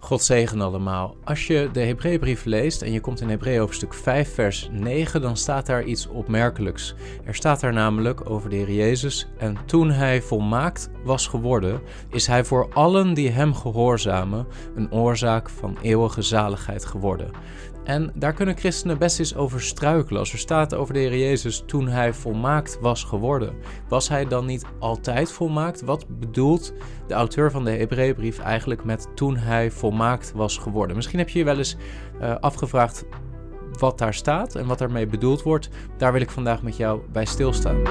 God zegen allemaal. Als je de Hebreeënbrief leest en je komt in Hebreeën hoofdstuk 5 vers 9, dan staat daar iets opmerkelijks. Er staat daar namelijk over de Heer Jezus: en toen hij volmaakt was geworden, is hij voor allen die hem gehoorzamen een oorzaak van eeuwige zaligheid geworden. En daar kunnen christenen best eens over struikelen. Als er staat over de Heer Jezus toen hij volmaakt was geworden. Was hij dan niet altijd volmaakt? Wat bedoelt de auteur van de Hebreeënbrief eigenlijk met toen hij volmaakt was geworden? Misschien heb je je wel eens afgevraagd wat daar staat en wat daarmee bedoeld wordt. Daar wil ik vandaag met jou bij stilstaan.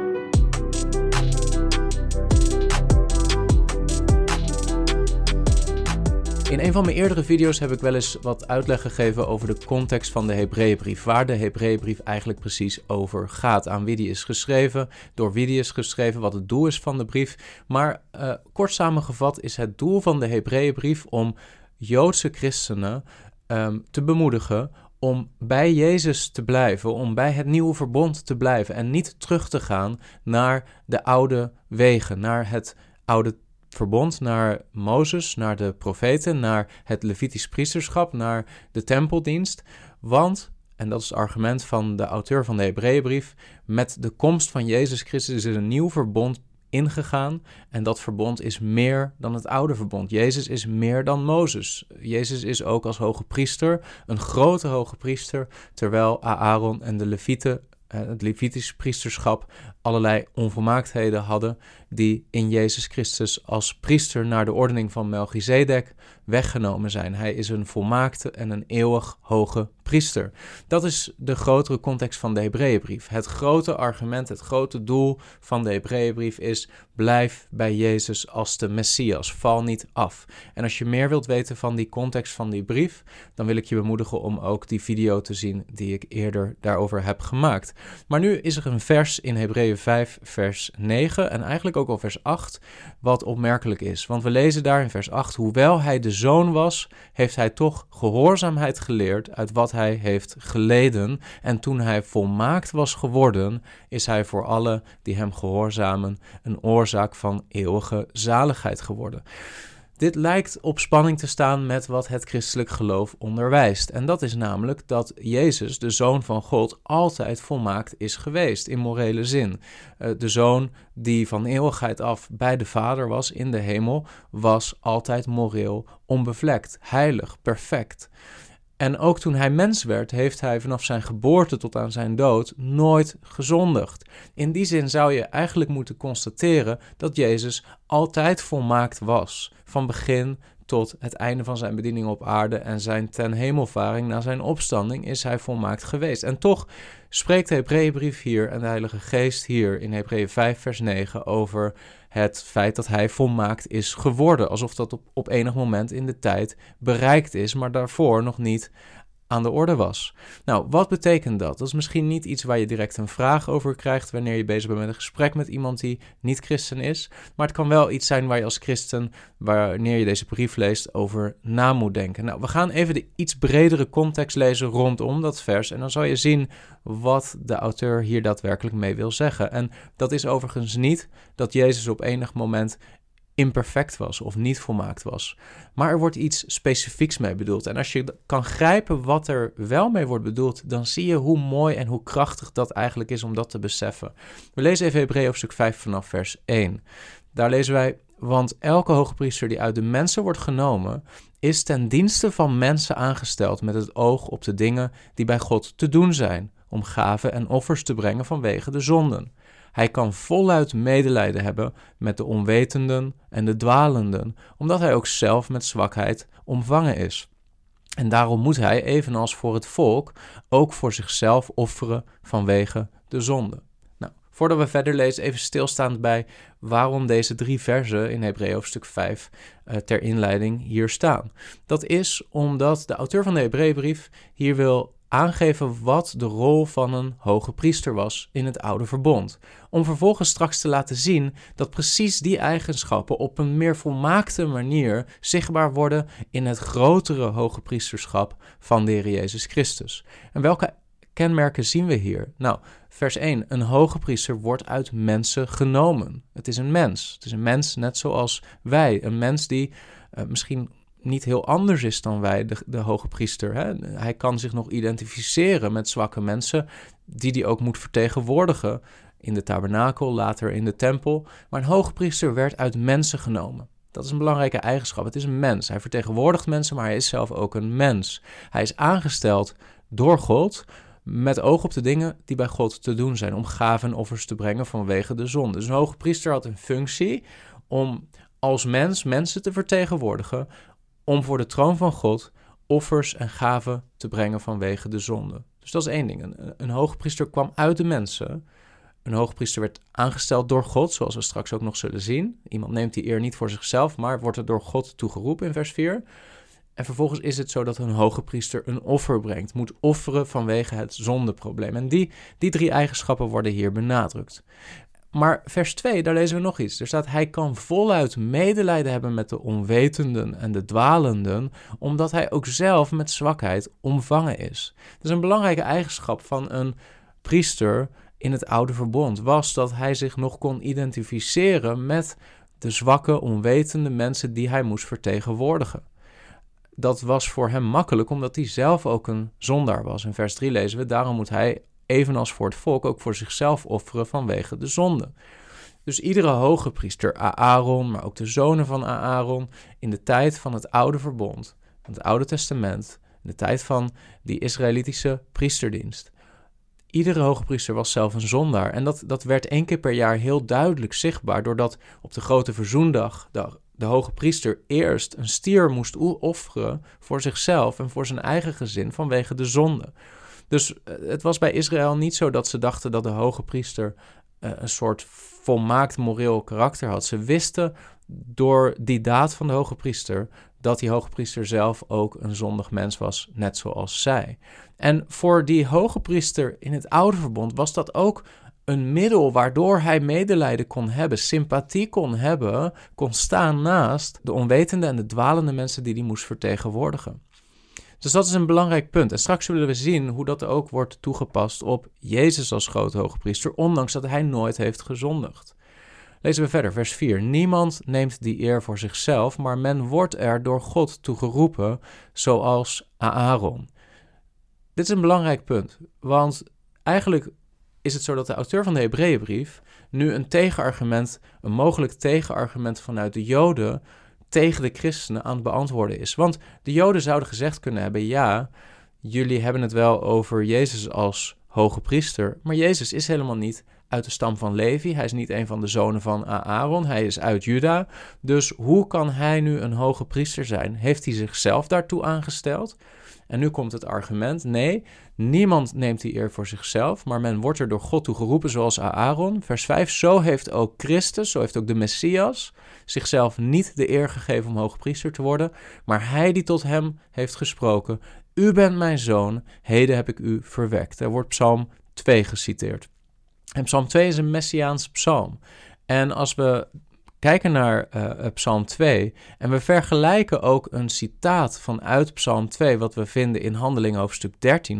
In een van mijn eerdere video's heb ik wel eens wat uitleg gegeven over de context van de Hebreeënbrief. Waar de Hebreeënbrief eigenlijk precies over gaat. Aan wie die is geschreven, door wie die is geschreven, wat het doel is van de brief. Maar kort samengevat is het doel van de Hebreeënbrief om Joodse christenen te bemoedigen om bij Jezus te blijven, om bij het nieuwe verbond te blijven en niet terug te gaan naar de oude wegen, naar het oude verbond, naar Mozes, naar de profeten, naar het Levitisch priesterschap, naar de tempeldienst. Want, en dat is het argument van de auteur van de Hebreeënbrief, met de komst van Jezus Christus is er een nieuw verbond ingegaan en dat verbond is meer dan het oude verbond. Jezus is meer dan Mozes. Jezus is ook als hoge priester, een grote hoge priester, terwijl Aaron en de Levieten, het Levitisch priesterschap, allerlei onvolmaaktheden hadden die in Jezus Christus als priester naar de ordening van Melchizedek weggenomen zijn. Hij is een volmaakte en een eeuwig hoge priester. Dat is de grotere context van de Hebreeënbrief. Het grote argument, het grote doel van de Hebreeënbrief is: blijf bij Jezus als de Messias. Val niet af. En als je meer wilt weten van die context van die brief, dan wil ik je bemoedigen om ook die video te zien die ik eerder daarover heb gemaakt. Maar nu is er een vers in Hebreeën 5 vers 9 en eigenlijk ook al vers 8 wat opmerkelijk is. Want we lezen daar in vers 8: hoewel hij de zoon was, heeft hij toch gehoorzaamheid geleerd uit wat hij heeft geleden. En toen hij volmaakt was geworden, is hij voor allen die hem gehoorzamen een oorzaak van eeuwige zaligheid geworden. Dit lijkt op spanning te staan met wat het christelijk geloof onderwijst. En dat is namelijk dat Jezus, de Zoon van God, altijd volmaakt is geweest in morele zin. De Zoon die van eeuwigheid af bij de Vader was in de hemel, was altijd moreel onbevlekt, heilig, perfect. En ook toen hij mens werd, heeft hij vanaf zijn geboorte tot aan zijn dood nooit gezondigd. In die zin zou je eigenlijk moeten constateren dat Jezus altijd volmaakt was. Van begin tot het einde van zijn bediening op aarde en zijn ten hemelvaring na zijn opstanding is hij volmaakt geweest. En toch spreekt de Hebreeënbrief hier en de Heilige Geest hier in Hebreeën 5 vers 9 over het feit dat hij volmaakt is geworden. Alsof dat op enig moment in de tijd bereikt is, maar daarvoor nog niet aan de orde was. Nou, wat betekent dat? Dat is misschien niet iets waar je direct een vraag over krijgt wanneer je bezig bent met een gesprek met iemand die niet christen is, maar het kan wel iets zijn waar je als christen, wanneer je deze brief leest, over na moet denken. Nou, we gaan even de iets bredere context lezen rondom dat vers en dan zal je zien wat de auteur hier daadwerkelijk mee wil zeggen. En dat is overigens niet dat Jezus op enig moment imperfect was of niet volmaakt was. Maar er wordt iets specifieks mee bedoeld. En als je kan grijpen wat er wel mee wordt bedoeld, dan zie je hoe mooi en hoe krachtig dat eigenlijk is om dat te beseffen. We lezen even Hebreeën hoofdstuk 5 vanaf vers 1. Daar lezen wij: want elke hogepriester die uit de mensen wordt genomen, is ten dienste van mensen aangesteld met het oog op de dingen die bij God te doen zijn, om gaven en offers te brengen vanwege de zonden. Hij kan voluit medelijden hebben met de onwetenden en de dwalenden, omdat hij ook zelf met zwakheid omvangen is. En daarom moet hij, evenals voor het volk, ook voor zichzelf offeren vanwege de zonde. Nou, voordat we verder lezen, even stilstaand bij waarom deze 3 versen in Hebreeën hoofdstuk 5 ter inleiding hier staan. Dat is omdat de auteur van de Hebreeënbrief hier wil aangeven wat de rol van een hoge priester was in het oude verbond. Om vervolgens straks te laten zien dat precies die eigenschappen op een meer volmaakte manier zichtbaar worden in het grotere hoge priesterschap van de Heer Jezus Christus. En welke kenmerken zien we hier? Nou, vers 1. Een hoge priester wordt uit mensen genomen. Het is een mens. Het is een mens net zoals wij. Een mens die misschien niet heel anders is dan wij, de hoge priester. Hè? Hij kan zich nog identificeren met zwakke mensen die hij ook moet vertegenwoordigen in de tabernakel, later in de tempel. Maar een hoge priester werd uit mensen genomen. Dat is een belangrijke eigenschap. Het is een mens. Hij vertegenwoordigt mensen, maar hij is zelf ook een mens. Hij is aangesteld door God met oog op de dingen die bij God te doen zijn, om gaven en offers te brengen vanwege de zonde. Dus een hoge priester had een functie om als mens mensen te vertegenwoordigen, om voor de troon van God offers en gaven te brengen vanwege de zonde. Dus dat is één ding. Een hoge priester kwam uit de mensen. Een hoogpriester werd aangesteld door God, zoals we straks ook nog zullen zien. Iemand neemt die eer niet voor zichzelf, maar wordt er door God toegeroepen in vers 4. En vervolgens is het zo dat een hoge priester een offer brengt, moet offeren vanwege het zondeprobleem. En die 3 eigenschappen worden hier benadrukt. Maar vers 2, daar lezen we nog iets. Er staat, hij kan voluit medelijden hebben met de onwetenden en de dwalenden, omdat hij ook zelf met zwakheid omvangen is. Dat is een belangrijke eigenschap van een priester in het oude verbond, was dat hij zich nog kon identificeren met de zwakke, onwetende mensen die hij moest vertegenwoordigen. Dat was voor hem makkelijk, omdat hij zelf ook een zondaar was. In vers 3 lezen we, daarom moet hij, evenals voor het volk, ook voor zichzelf offeren vanwege de zonde. Dus iedere hoge priester, Aaron, maar ook de zonen van Aaron, in de tijd van het oude verbond, van het Oude Testament, in de tijd van die Israëlitische priesterdienst. Iedere hoge priester was zelf een zondaar. En dat werd 1 keer per jaar heel duidelijk zichtbaar, doordat op de grote verzoendag de hoge priester eerst een stier moest offeren voor zichzelf en voor zijn eigen gezin vanwege de zonde. Dus het was bij Israël niet zo dat ze dachten dat de hoge priester een soort volmaakt moreel karakter had. Ze wisten door die daad van de hoge priester dat die hoge priester zelf ook een zondig mens was, net zoals zij. En voor die hoge priester in het oude verbond was dat ook een middel waardoor hij medelijden kon hebben, sympathie kon hebben, kon staan naast de onwetende en de dwalende mensen die hij moest vertegenwoordigen. Dus dat is een belangrijk punt. En straks zullen we zien hoe dat ook wordt toegepast op Jezus als grote hoge priester, ondanks dat hij nooit heeft gezondigd. Lezen we verder, vers 4. Niemand neemt die eer voor zichzelf, maar men wordt er door God toe geroepen, zoals Aaron. Dit is een belangrijk punt, want eigenlijk is het zo dat de auteur van de Hebreeënbrief nu een mogelijk tegenargument vanuit de Joden tegen de christenen aan het beantwoorden is. Want de Joden zouden gezegd kunnen hebben, ja, jullie hebben het wel over Jezus als hoge priester, maar Jezus is helemaal niet uit de stam van Levi. Hij is niet een van de zonen van Aaron. Hij is uit Juda. Dus hoe kan hij nu een hoge priester zijn? Heeft hij zichzelf daartoe aangesteld? En nu komt het argument, nee, niemand neemt die eer voor zichzelf, maar men wordt er door God toe geroepen zoals Aaron. Vers 5, zo heeft ook Christus, zo heeft ook de Messias zichzelf niet de eer gegeven om hoge priester te worden, maar hij die tot hem heeft gesproken, u bent mijn zoon, heden heb ik u verwekt. Er wordt Psalm 2 geciteerd. En Psalm 2 is een messiaans psalm. En als we kijken naar Psalm 2 en we vergelijken ook een citaat vanuit Psalm 2, wat we vinden in Handelingen hoofdstuk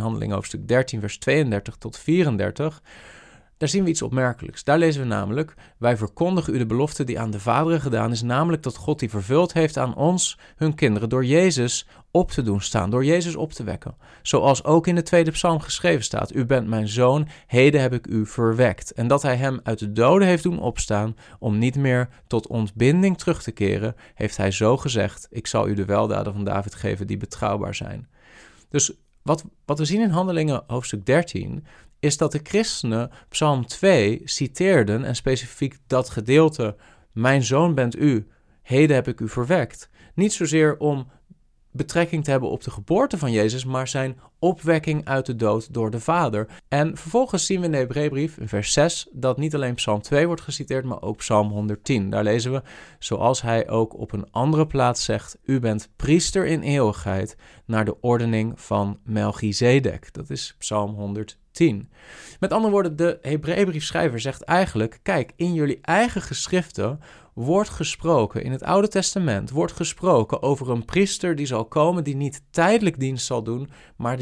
13, vers 32 tot 34, daar zien we iets opmerkelijks. Daar lezen we namelijk, wij verkondigen u de belofte die aan de vaderen gedaan is, namelijk dat God die vervuld heeft aan ons, hun kinderen, door Jezus op te doen staan, door Jezus op te wekken. Zoals ook in de tweede psalm geschreven staat, u bent mijn zoon, heden heb ik u verwekt. En dat hij hem uit de doden heeft doen opstaan, om niet meer tot ontbinding terug te keren, heeft hij zo gezegd, ik zal u de weldaden van David geven die betrouwbaar zijn. Dus wat we zien in Handelingen hoofdstuk 13, is dat de christenen Psalm 2 citeerden en specifiek dat gedeelte, mijn zoon bent u, heden heb ik u verwekt. Niet zozeer om betrekking te hebben op de geboorte van Jezus, maar zijn opwekking uit de dood door de Vader. En vervolgens zien we in de Hebreeënbrief in vers 6 dat niet alleen Psalm 2 wordt geciteerd, maar ook Psalm 110. Daar lezen we, zoals hij ook op een andere plaats zegt, u bent priester in eeuwigheid naar de ordening van Melchizedek. Dat is Psalm 110. Met andere woorden, de Hebreeënbriefschrijver zegt eigenlijk, kijk, in jullie eigen geschriften wordt gesproken, in het Oude Testament wordt gesproken over een priester die zal komen, die niet tijdelijk dienst zal doen, maar die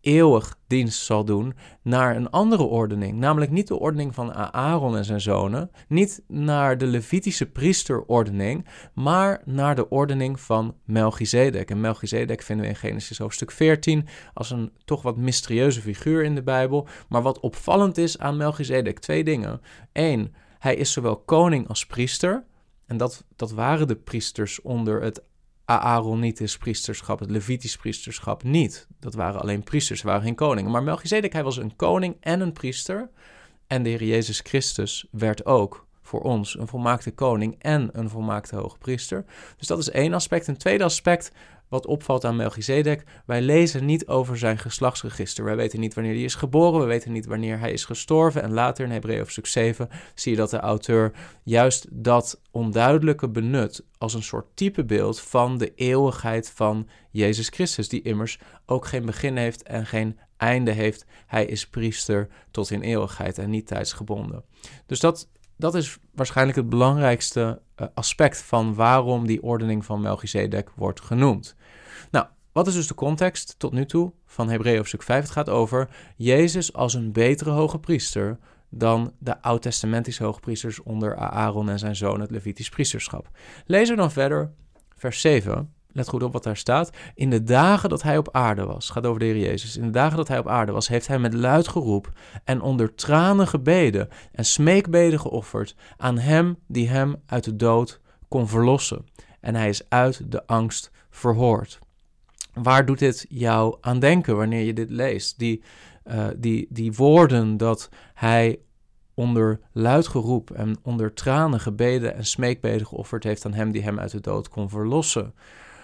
eeuwig dienst zal doen naar een andere ordening. Namelijk niet de ordening van Aaron en zijn zonen, niet naar de Levitische priesterordening, maar naar de ordening van Melchizedek. En Melchizedek vinden we in Genesis hoofdstuk 14 als een toch wat mysterieuze figuur in de Bijbel. Maar wat opvallend is aan Melchizedek, 2 dingen. 1, hij is zowel koning als priester. En dat waren de priesters onder het Aaronitisch priesterschap, het Levitisch priesterschap niet. Dat waren alleen priesters, ze waren geen koningen. Maar Melchizedek, hij was een koning en een priester. En de Heer Jezus Christus werd ook voor ons een volmaakte koning en een volmaakte hoge priester. Dus dat is 1 aspect. Een tweede aspect wat opvalt aan Melchizedek: wij lezen niet over zijn geslachtsregister. Wij weten niet wanneer hij is geboren, we weten niet wanneer hij is gestorven. En later in Hebreeën hoofdstuk 7 zie je dat de auteur juist dat onduidelijke benut als een soort typebeeld van de eeuwigheid van Jezus Christus, die immers ook geen begin heeft en geen einde heeft. Hij is priester tot in eeuwigheid en niet tijdsgebonden. Dus dat is waarschijnlijk het belangrijkste aspect van waarom die ordening van Melchizedek wordt genoemd. Nou, wat is dus de context tot nu toe van Hebreeën hoofdstuk 5? Het gaat over Jezus als een betere hoge priester dan de oud-testamentische hoogpriesters onder Aaron en zijn zoon, het Levitisch priesterschap. Lezen we dan verder, vers 7. Let goed op wat daar staat. In de dagen dat hij op aarde was, gaat over de Heer Jezus. In de dagen dat hij op aarde was, heeft hij met luid geroep en onder tranen gebeden en smeekbeden geofferd aan hem die hem uit de dood kon verlossen. En hij is uit de angst verhoord. Waar doet dit jou aan denken wanneer je dit leest? Die woorden dat hij onder luid geroep en onder tranen gebeden en smeekbeden geofferd heeft aan hem die hem uit de dood kon verlossen.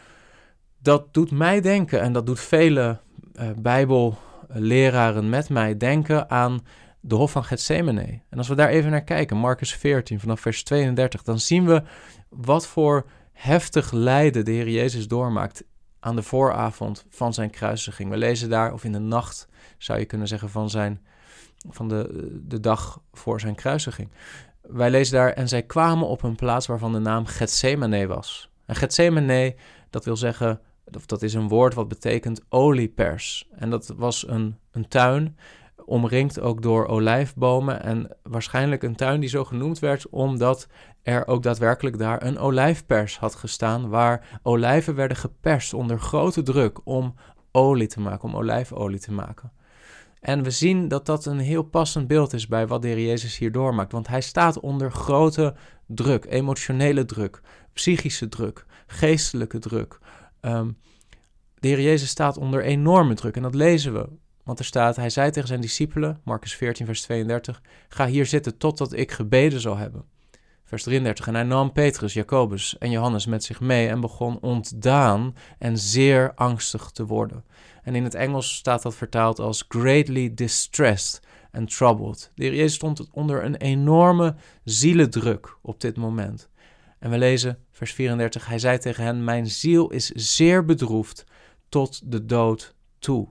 Dat doet mij denken, en dat doet vele Bijbelleraren met mij denken aan de Hof van Getsemane. En als we daar even naar kijken, Marcus 14 vanaf vers 32, dan zien we wat voor heftig lijden de Heer Jezus doormaakt aan de vooravond van zijn kruisiging. We lezen daar, of in de nacht zou je kunnen zeggen, van de dag voor zijn kruisiging. Wij lezen daar: en zij kwamen op een plaats waarvan de naam Getsemane was. En Getsemane, dat wil zeggen, of dat is een woord wat betekent oliepers. En dat was een tuin, omringd ook door olijfbomen. En waarschijnlijk een tuin die zo genoemd werd omdat er ook daadwerkelijk daar een olijfpers had gestaan, waar olijven werden geperst onder grote druk om olie te maken, om olijfolie te maken. En we zien dat dat een heel passend beeld is bij wat de Heer Jezus hier doormaakt. Want hij staat onder grote druk, emotionele druk, psychische druk, geestelijke druk. De Heer Jezus staat onder enorme druk en dat lezen we. Want er staat, hij zei tegen zijn discipelen, Marcus 14 vers 32, ga hier zitten totdat ik gebeden zal hebben. Vers 33, en hij nam Petrus, Jacobus en Johannes met zich mee en begon ontdaan en zeer angstig te worden. En in het Engels staat dat vertaald als greatly distressed and troubled. De Heer Jezus stond onder een enorme zielendruk op dit moment. En we lezen vers 34, hij zei tegen hen, mijn ziel is zeer bedroefd tot de dood toe.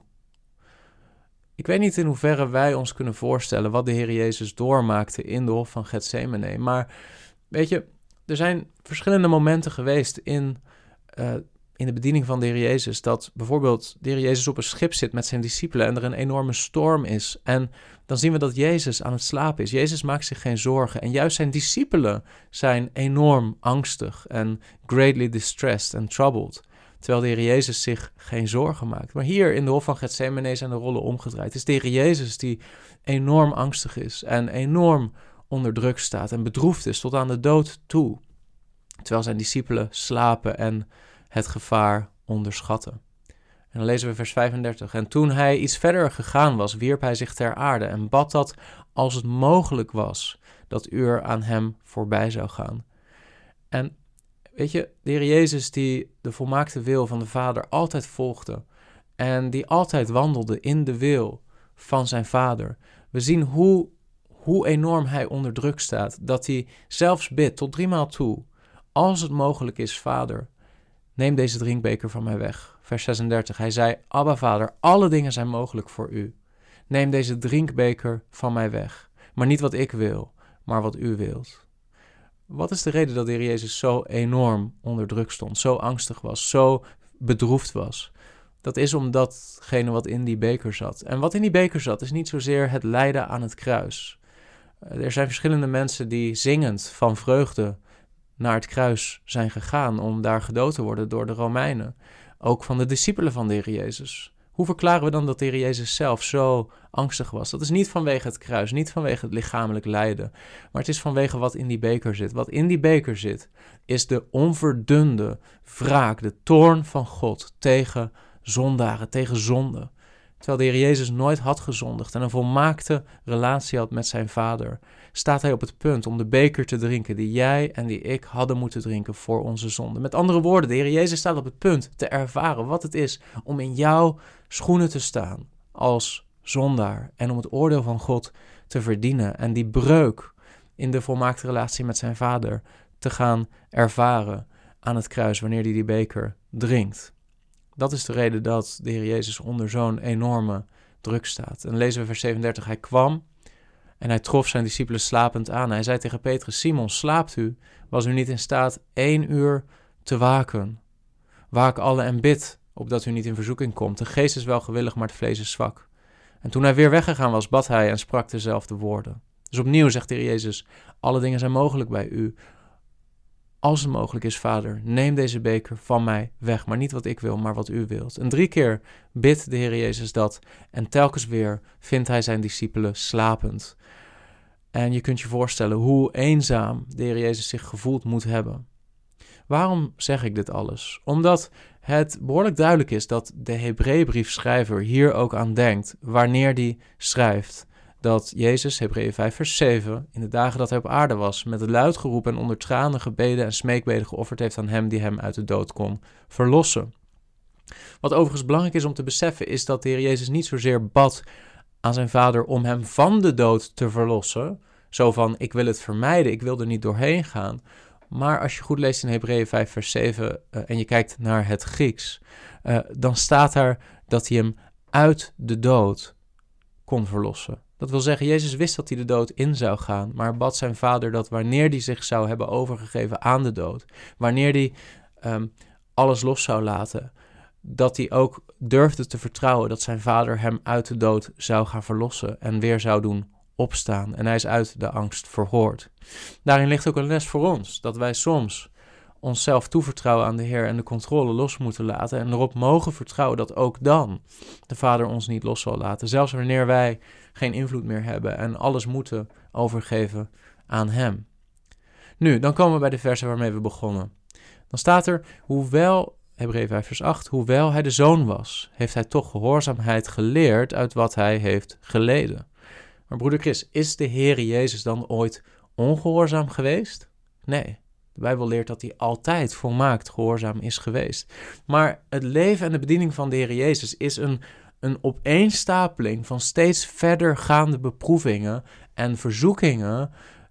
Ik weet niet in hoeverre wij ons kunnen voorstellen wat de Heer Jezus doormaakte in de Hof van Getsemane. Maar weet je, er zijn verschillende momenten geweest in de bediening van de Heer Jezus, dat bijvoorbeeld de Heer Jezus op een schip zit met zijn discipelen en er een enorme storm is. En dan zien we dat Jezus aan het slapen is. Jezus maakt zich geen zorgen. En juist zijn discipelen zijn enorm angstig en greatly distressed and troubled. Terwijl de Heer Jezus zich geen zorgen maakt. Maar hier in de Hof van Getsemane zijn de rollen omgedraaid. Het is de Heer Jezus die enorm angstig is en enorm onder druk staat en bedroefd is tot aan de dood toe. Terwijl zijn discipelen slapen en het gevaar onderschatten. En dan lezen we vers 35. En toen hij iets verder gegaan was, wierp hij zich ter aarde en bad dat, als het mogelijk was, dat uur aan hem voorbij zou gaan. En weet je, de Heer Jezus die de volmaakte wil van de Vader altijd volgde en die altijd wandelde in de wil van zijn Vader. We zien hoe enorm hij onder druk staat, dat hij zelfs bidt tot 3 maal toe, als het mogelijk is, Vader, neem deze drinkbeker van mij weg. Vers 36, hij zei, Abba Vader, alle dingen zijn mogelijk voor u. Neem deze drinkbeker van mij weg. Maar niet wat ik wil, maar wat u wilt. Wat is de reden dat de Heer Jezus zo enorm onder druk stond, zo angstig was, zo bedroefd was? Dat is om datgene wat in die beker zat. En wat in die beker zat is niet zozeer het lijden aan het kruis. Er zijn verschillende mensen die zingend van vreugde naar het kruis zijn gegaan om daar gedood te worden door de Romeinen. Ook van de discipelen van de Heer Jezus. Hoe verklaren we dan dat de Heer Jezus zelf zo angstig was? Dat is niet vanwege het kruis, niet vanwege het lichamelijk lijden, maar het is vanwege wat in die beker zit. Wat in die beker zit, is de onverdunde wraak, de toorn van God tegen zondaren, tegen zonde. Terwijl de Heer Jezus nooit had gezondigd en een volmaakte relatie had met zijn Vader, staat hij op het punt om de beker te drinken die jij en die ik hadden moeten drinken voor onze zonde. Met andere woorden, de Heer Jezus staat op het punt te ervaren wat het is om in jouw schoenen te staan als zondaar en om het oordeel van God te verdienen en die breuk in de volmaakte relatie met zijn Vader te gaan ervaren aan het kruis wanneer hij die beker drinkt. Dat is de reden dat de Heer Jezus onder zo'n enorme druk staat. En lezen we vers 37. Hij kwam en hij trof zijn discipelen slapend aan. Hij zei tegen Petrus: Simon, slaapt u? Was u niet in staat 1 uur te waken? Waak allen en bid, opdat u niet in verzoeking komt. De geest is wel gewillig, maar het vlees is zwak. En toen hij weer weggegaan was, bad hij en sprak dezelfde woorden. Dus opnieuw zegt de Heer Jezus: alle dingen zijn mogelijk bij u. Als het mogelijk is, Vader, neem deze beker van mij weg. Maar niet wat ik wil, maar wat u wilt. En 3 keer bidt de Heer Jezus dat. En telkens weer vindt hij zijn discipelen slapend. En je kunt je voorstellen hoe eenzaam de Heer Jezus zich gevoeld moet hebben. Waarom zeg ik dit alles? Omdat het behoorlijk duidelijk is dat de Hebreeënbriefschrijver hier ook aan denkt wanneer hij schrijft dat Jezus, Hebreeën 5 vers 7, in de dagen dat hij op aarde was, met het luid geroep en onder tranen gebeden en smeekbeden geofferd heeft aan hem die hem uit de dood kon verlossen. Wat overigens belangrijk is om te beseffen, is dat de Heer Jezus niet zozeer bad aan zijn Vader om hem van de dood te verlossen. Zo van, ik wil het vermijden, ik wil er niet doorheen gaan. Maar als je goed leest in Hebreeën 5 vers 7 en je kijkt naar het Grieks, dan staat daar dat hij hem uit de dood kon verlossen. Dat wil zeggen, Jezus wist dat hij de dood in zou gaan, maar bad zijn Vader dat wanneer hij zich zou hebben overgegeven aan de dood, wanneer hij alles los zou laten, dat hij ook durfde te vertrouwen dat zijn Vader hem uit de dood zou gaan verlossen en weer zou doen opstaan. En hij is uit de angst verhoord. Daarin ligt ook een les voor ons, dat wij soms onszelf toevertrouwen aan de Heer en de controle los moeten laten en erop mogen vertrouwen dat ook dan de Vader ons niet los zal laten, zelfs wanneer wij geen invloed meer hebben en alles moeten overgeven aan hem. Nu, dan komen we bij de versen waarmee we begonnen. Dan staat er, hoewel, Hebreeën 5 vers 8, hoewel hij de zoon was, heeft hij toch gehoorzaamheid geleerd uit wat hij heeft geleden. Maar broeder Chris, is de Heer Jezus dan ooit ongehoorzaam geweest? Nee. De Bijbel leert dat hij altijd volmaakt gehoorzaam is geweest. Maar het leven en de bediening van de Heer Jezus is een opeenstapeling van steeds verder gaande beproevingen en verzoekingen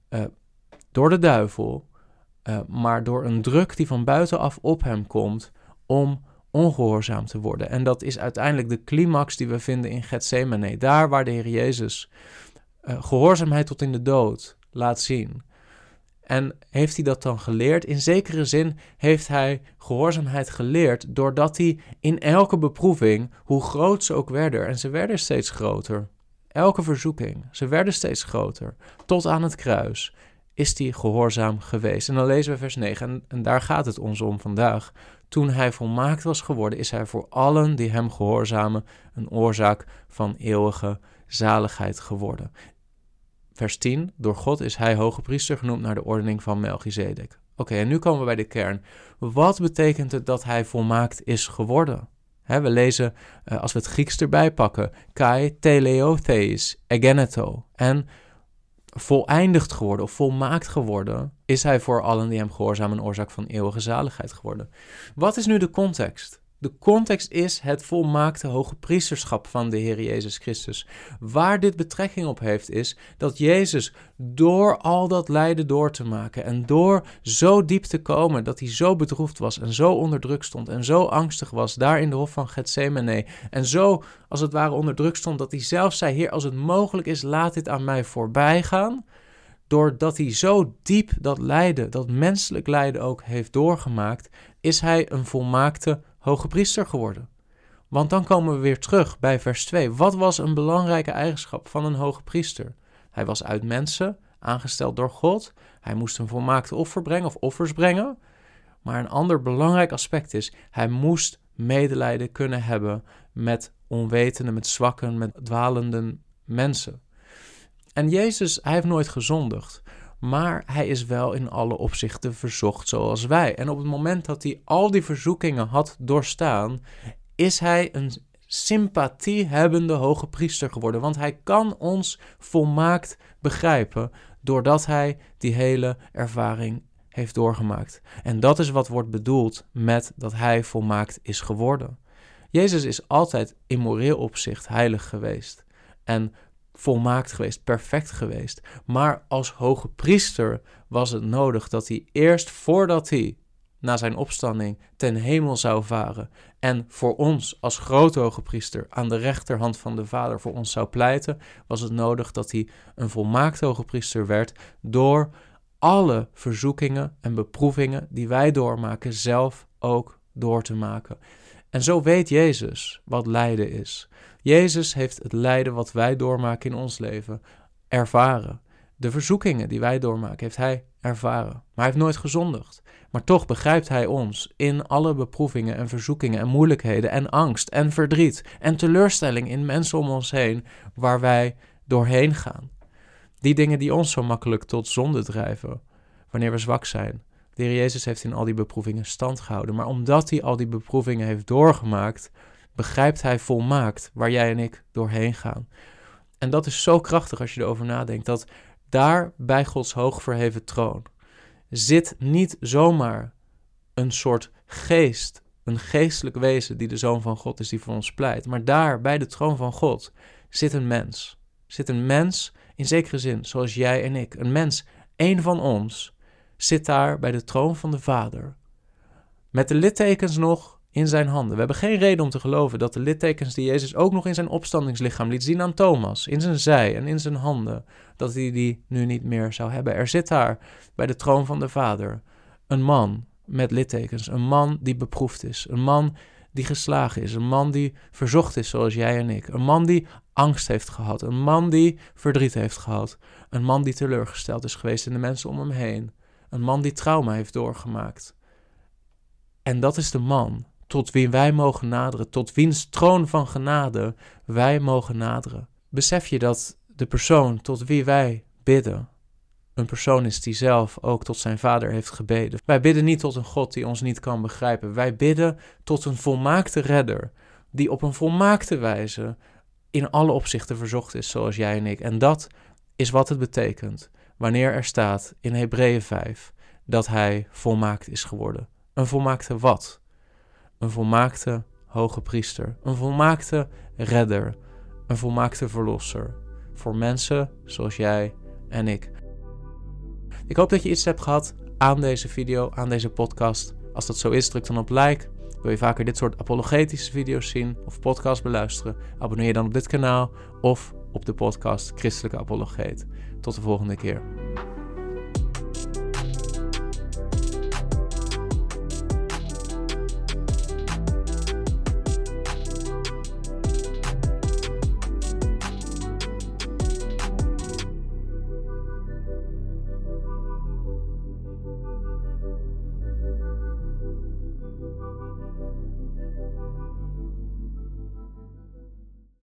door de duivel, maar door een druk die van buitenaf op hem komt om ongehoorzaam te worden. En dat is uiteindelijk de climax die we vinden in Getsemane, daar waar de Heer Jezus gehoorzaamheid tot in de dood laat zien. En heeft hij dat dan geleerd? In zekere zin heeft hij gehoorzaamheid geleerd doordat hij in elke beproeving, hoe groot ze ook werden, en ze werden steeds groter, elke verzoeking, ze werden steeds groter, tot aan het kruis, is hij gehoorzaam geweest. En dan lezen we vers 9, en daar gaat het ons om vandaag. Toen hij volmaakt was geworden, is hij voor allen die hem gehoorzamen een oorzaak van eeuwige zaligheid geworden. Vers 10, door God is hij hoge priester genoemd naar de ordening van Melchizedek. Oké, en nu komen we bij de kern. Wat betekent het dat hij volmaakt is geworden? We lezen, als we het Grieks erbij pakken, kai teleotheis egeneto. En voleindigd geworden of volmaakt geworden, is hij voor allen die hem gehoorzamen een oorzaak van eeuwige zaligheid geworden. Wat is nu de context? De context is het volmaakte hoge priesterschap van de Heer Jezus Christus. Waar dit betrekking op heeft is dat Jezus door al dat lijden door te maken en door zo diep te komen dat hij zo bedroefd was en zo onder druk stond en zo angstig was daar in de hof van Getsemane en zo als het ware onder druk stond dat hij zelf zei, Heer, als het mogelijk is, laat dit aan mij voorbij gaan. Doordat hij zo diep dat lijden, dat menselijk lijden ook heeft doorgemaakt, is hij een volmaakte hoge priester geworden. Want dan komen we weer terug bij vers 2. Wat was een belangrijke eigenschap van een hoge priester? Hij was uit mensen, aangesteld door God. Hij moest een volmaakt offer brengen of offers brengen. Maar een ander belangrijk aspect is, hij moest medelijden kunnen hebben met onwetenden, met zwakken, met dwalende mensen. En Jezus, hij heeft nooit gezondigd, maar hij is wel in alle opzichten verzocht zoals wij. En op het moment dat hij al die verzoekingen had doorstaan, is hij een sympathiehebbende hoge priester geworden. Want hij kan ons volmaakt begrijpen, doordat hij die hele ervaring heeft doorgemaakt. En dat is wat wordt bedoeld met dat hij volmaakt is geworden. Jezus is altijd in moreel opzicht heilig geweest en volmaakt geweest, perfect geweest. Maar als hoge priester was het nodig dat hij eerst, voordat hij na zijn opstanding ten hemel zou varen en voor ons als grote hoge priester aan de rechterhand van de Vader voor ons zou pleiten, was het nodig dat hij een volmaakt hoge priester werd door alle verzoekingen en beproevingen die wij doormaken zelf ook door te maken. En zo weet Jezus wat lijden is. Jezus heeft het lijden wat wij doormaken in ons leven ervaren. De verzoekingen die wij doormaken heeft hij ervaren. Maar hij heeft nooit gezondigd. Maar toch begrijpt hij ons in alle beproevingen en verzoekingen en moeilijkheden en angst en verdriet en teleurstelling in mensen om ons heen waar wij doorheen gaan. Die dingen die ons zo makkelijk tot zonde drijven wanneer we zwak zijn. De Heer Jezus heeft in al die beproevingen stand gehouden. Maar omdat hij al die beproevingen heeft doorgemaakt, begrijpt hij volmaakt waar jij en ik doorheen gaan. En dat is zo krachtig als je erover nadenkt, dat daar bij Gods hoogverheven troon zit niet zomaar een soort geest, een geestelijk wezen die de Zoon van God is, die voor ons pleit. Maar daar bij de troon van God zit een mens. Zit een mens in zekere zin, zoals jij en ik. Een mens, één van ons, zit daar bij de troon van de Vader. Met de littekens nog in zijn handen. We hebben geen reden om te geloven dat de littekens die Jezus ook nog in zijn opstandingslichaam liet zien aan Thomas, in zijn zij en in zijn handen, dat hij die nu niet meer zou hebben. Er zit daar bij de troon van de Vader een man met littekens, een man die beproefd is, een man die geslagen is, een man die verzocht is zoals jij en ik, een man die angst heeft gehad, een man die verdriet heeft gehad, een man die teleurgesteld is geweest in de mensen om hem heen, een man die trauma heeft doorgemaakt. En dat is de man tot wie wij mogen naderen, tot wiens troon van genade wij mogen naderen. Besef je dat de persoon tot wie wij bidden een persoon is die zelf ook tot zijn Vader heeft gebeden. Wij bidden niet tot een God die ons niet kan begrijpen. Wij bidden tot een volmaakte redder die op een volmaakte wijze in alle opzichten verzocht is zoals jij en ik. En dat is wat het betekent wanneer er staat in Hebreeën 5 dat hij volmaakt is geworden. Een volmaakte wat? Een volmaakte hoge priester. Een volmaakte redder. Een volmaakte verlosser. Voor mensen zoals jij en ik. Ik hoop dat je iets hebt gehad aan deze video, aan deze podcast. Als dat zo is, druk dan op like. Wil je vaker dit soort apologetische video's zien of podcasts beluisteren? Abonneer je dan op dit kanaal of op de podcast Christelijke Apologeet. Tot de volgende keer.